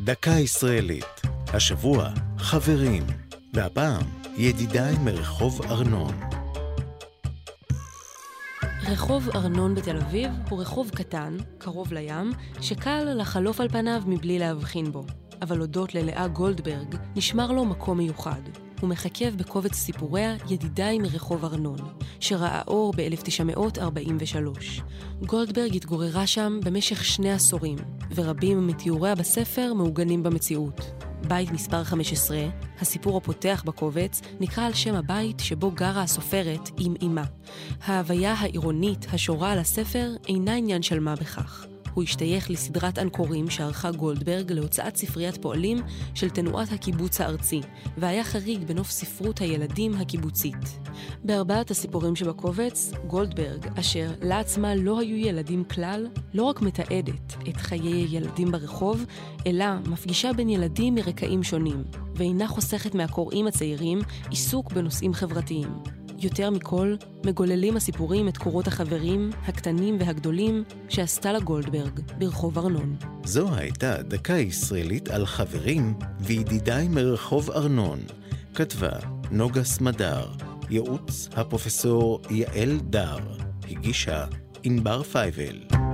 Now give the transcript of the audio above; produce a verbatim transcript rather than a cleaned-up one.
דקה ישראלית. השבוע חברים, והפעם ידידיי מרחוב ארנון. רחוב ארנון בתל אביב הוא רחוב קטן, קרוב לים, שקל לחלוף על פניו מבלי להבחין בו. אבל הודות ללאה גולדברג נשמר לו מקום מיוחד. הוא מחכב בקובץ סיפוריה ידידיי מרחוב ארנון, שראה אור ב-אלף תשע מאות ארבעים ושלוש. גולדברג התגוררה שם במשך שני עשורים, ורבים מתיאוריה בספר מעוגנים במציאות. בית מספר חמש עשרה, הסיפור הפותח בקובץ, נקרא על שם הבית שבו גרה הסופרת עם אימה. ההוויה העירונית השורה על הספר אינה עניין של מה בכך. הוא השתייך לסדרת אנקורים שערכה גולדברג להוצאת ספריית פועלים של תנועת הקיבוץ הארצי, והיה חריג בנוף ספרות הילדים הקיבוצית. בארבעת הסיפורים שבקובץ, גולדברג, אשר לעצמה לא היו ילדים כלל, לא רק מתעדת את חיי ילדים ברחוב, אלא מפגישה בין ילדים מרקעים שונים, ואינה חוסכת מהקוראים הצעירים עיסוק בנושאים חברתיים. יותר מכל, מגוללים הסיפורים את קורות החברים, הקטנים והגדולים, שעשתה לה גולדברג ברחוב ארנון. זו הייתה דקה ישראלית על חברים וידידיי מרחוב ארנון. כתבה נוגה סמדר, ייעוץ הפרופסור יעל דר, הגישה ענבר פייבל.